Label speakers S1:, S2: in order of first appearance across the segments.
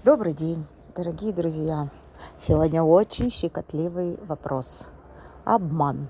S1: Добрый день, дорогие друзья. Сегодня очень щекотливый вопрос. Обман.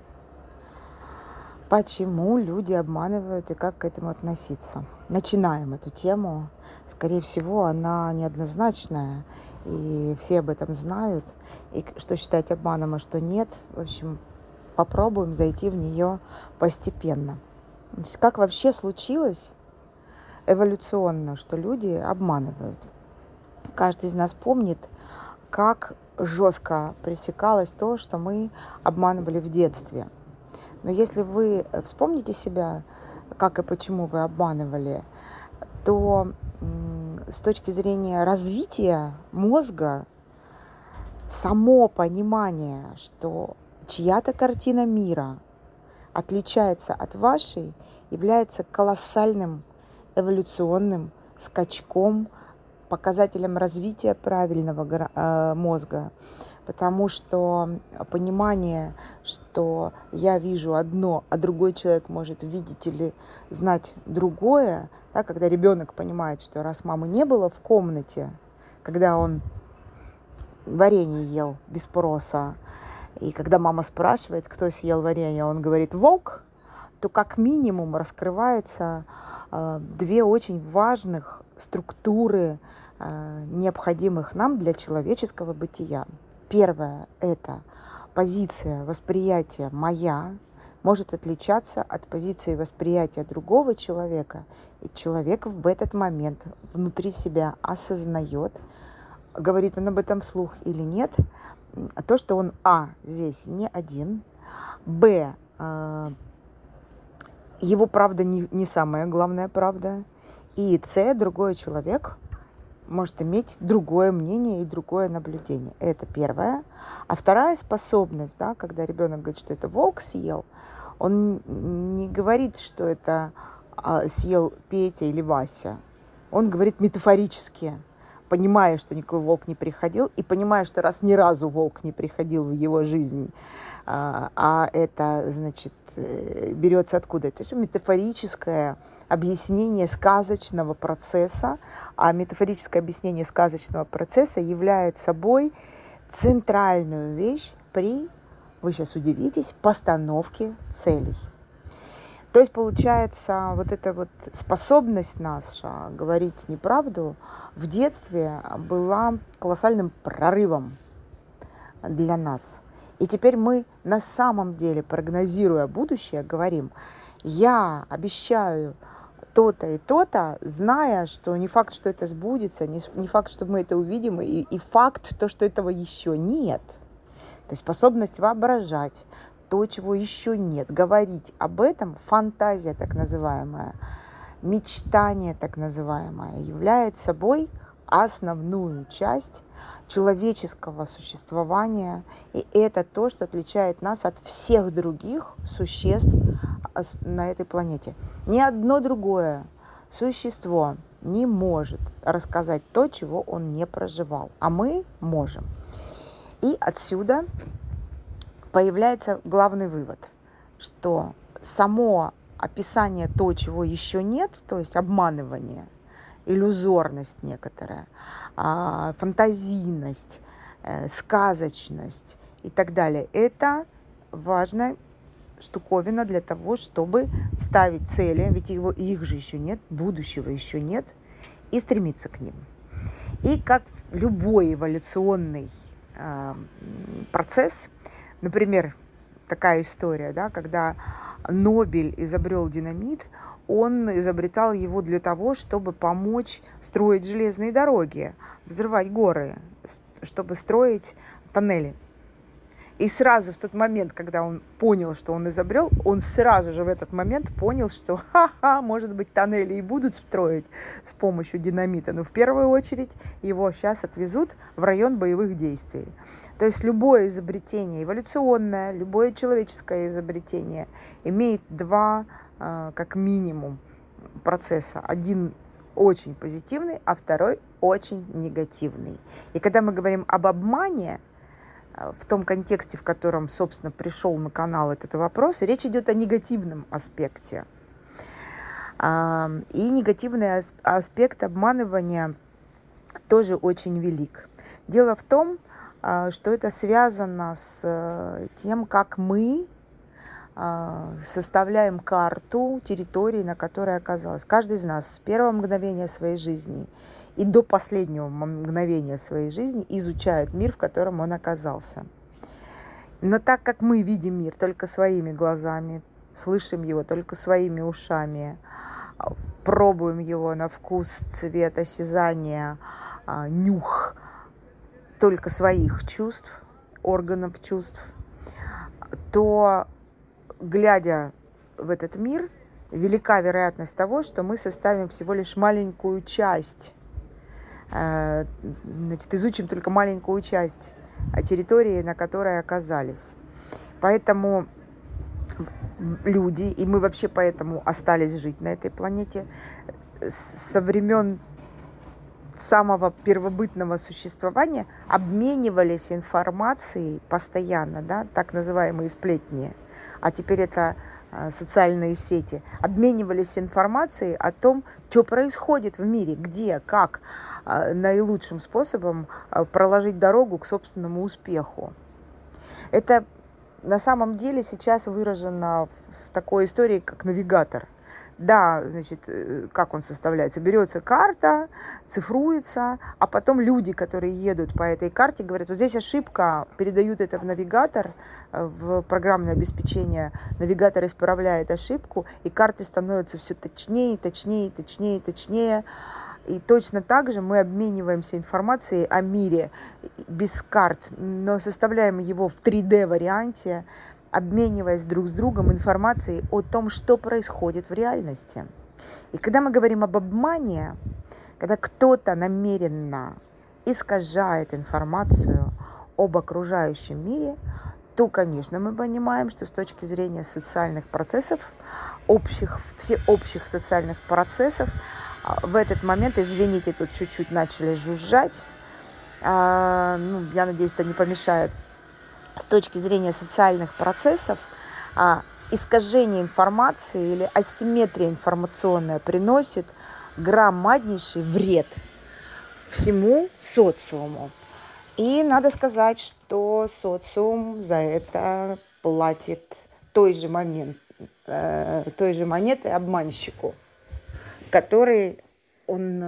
S1: Почему люди обманывают и как к этому относиться? Начинаем эту тему. Скорее всего, она неоднозначная, и все об этом знают. И что считать обманом, а что нет. В общем, попробуем зайти в нее постепенно. Значит, как вообще случилось эволюционно, что люди обманывают? Каждый из нас помнит, как жестко пресекалось то, что мы обманывали в детстве. Но если вы вспомните себя, как и почему вы обманывали, то с точки зрения развития мозга, само понимание, что чья-то картина мира отличается от вашей, является колоссальным эволюционным скачком, показателем развития правильного мозга, потому что понимание, что я вижу одно, а другой человек может видеть или знать другое, да, когда ребенок понимает, что раз мамы не было в комнате, когда он варенье ел без спроса, и когда мама спрашивает, кто съел варенье, он говорит «волк», то как минимум раскрывается две очень важных структуры, необходимых нам для человеческого бытия. Первое – это позиция восприятия «моя», может отличаться от позиции восприятия другого человека, и человек в этот момент внутри себя осознает, говорит он об этом вслух или нет, то, что он, здесь не один, его правда не самая главная правда, и другой человек может иметь другое мнение и другое наблюдение. Это первое. А вторая способность, да, когда ребенок говорит, что это волк съел, он не говорит, что это съел Петя или Вася. Он говорит метафорически, понимая, что никакой волк не приходил, и понимая, что раз ни разу волк не приходил в его жизнь, это, значит, берется откуда? Это все метафорическое объяснение сказочного процесса, а метафорическое объяснение сказочного процесса является собой центральную вещь при, вы сейчас удивитесь, постановке целей. То есть, получается, вот эта вот способность наша говорить неправду в детстве была колоссальным прорывом для нас. И теперь мы на самом деле, прогнозируя будущее, говорим, я обещаю то-то и то-то, зная, что не факт, что это сбудется, не факт, что мы это увидим, и факт то, что этого еще нет. То есть способность воображать то, чего еще нет, говорить об этом, фантазия так называемая, мечтание так называемое, является собой основную часть человеческого существования. И это то, что отличает нас от всех других существ на этой планете. Ни одно другое существо не может рассказать то, чего он не проживал. А мы можем. И отсюда появляется главный вывод, что само описание то, чего еще нет, то есть обманывание, иллюзорность некоторая, фантазийность, сказочность и так далее, это важная штуковина для того, чтобы ставить цели, ведь их же еще нет, будущего еще нет, и стремиться к ним. И как любой эволюционный процесс, например, такая история, да, когда Нобель изобрел динамит, он изобретал его для того, чтобы помочь строить железные дороги, взрывать горы, чтобы строить тоннели. И сразу в тот момент, когда он понял, что он изобрел, он сразу же в этот момент понял, что может быть, тоннели и будут строить с помощью динамита, но в первую очередь его сейчас отвезут в район боевых действий. То есть любое изобретение эволюционное, любое человеческое изобретение имеет два, как минимум, процесса. Один очень позитивный, а второй очень негативный. И когда мы говорим об обмане, в том контексте, в котором, собственно, пришел на канал этот вопрос, речь идет о негативном аспекте. И негативный аспект обманывания тоже очень велик. Дело в том, что это связано с тем, как мы составляем карту территории, на которой оказалась. Каждый из нас с первого мгновения своей жизни и до последнего мгновения своей жизни изучает мир, в котором он оказался. Но так как мы видим мир только своими глазами, слышим его только своими ушами, пробуем его на вкус, цвет, осязание, нюх только своих чувств, органов чувств, то, глядя в этот мир, велика вероятность того, что мы составим всего лишь маленькую часть, изучим только маленькую часть территории, на которой оказались. Поэтому люди, и мы вообще поэтому остались жить на этой планете, со времен самого первобытного существования обменивались информацией постоянно, да, так называемые сплетни, а теперь это социальные сети, обменивались информацией о том, что происходит в мире, где, как наилучшим способом проложить дорогу к собственному успеху. Это на самом деле сейчас выражено в такой истории, как навигатор. Да, значит, как он составляется? Берется карта, цифруется, а потом люди, которые едут по этой карте, говорят, вот здесь ошибка, передают это в навигатор, в программное обеспечение. Навигатор исправляет ошибку, и карты становятся все точнее, точнее, точнее, точнее. И точно так же мы обмениваемся информацией о мире без карт, но составляем его в 3D-варианте, обмениваясь друг с другом информацией о том, что происходит в реальности. И когда мы говорим об обмане, когда кто-то намеренно искажает информацию об окружающем мире, то, конечно, мы понимаем, что с точки зрения социальных процессов, всеобщих социальных процессов, в этот момент, извините, тут чуть-чуть начали жужжать, я надеюсь, это не помешает. С точки зрения социальных процессов, искажение информации или асимметрия информационная приносит громаднейший вред всему социуму. И надо сказать, что социум за это платит той же монетой обманщику, который он,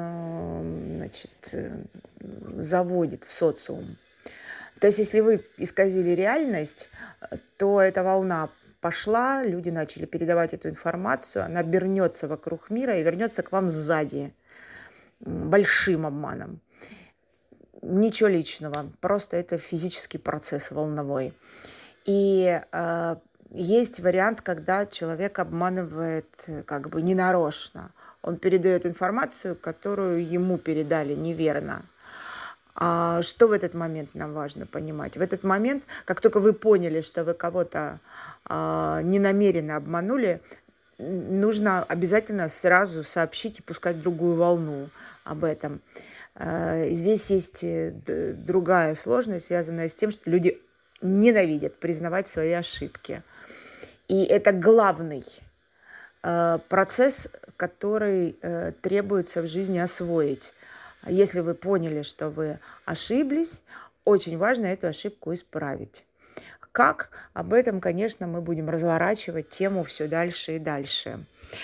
S1: заводит в социум. То есть, если вы исказили реальность, то эта волна пошла, люди начали передавать эту информацию, она вернется вокруг мира и вернется к вам сзади большим обманом. Ничего личного, просто это физический процесс волновой. И есть вариант, когда человек обманывает как бы ненарочно. Он передает информацию, которую ему передали неверно. Что в этот момент нам важно понимать? В этот момент, как только вы поняли, что вы кого-то ненамеренно обманули, нужно обязательно сразу сообщить и пускать другую волну об этом. Здесь есть другая сложность, связанная с тем, что люди ненавидят признавать свои ошибки. И это главный процесс, который требуется в жизни освоить. Если вы поняли, что вы ошиблись, очень важно эту ошибку исправить. Как? Об этом, конечно, мы будем разворачивать тему все дальше и дальше.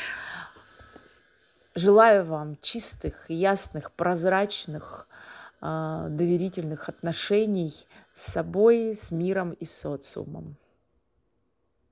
S1: Желаю вам чистых, ясных, прозрачных, доверительных отношений с собой, с миром и социумом.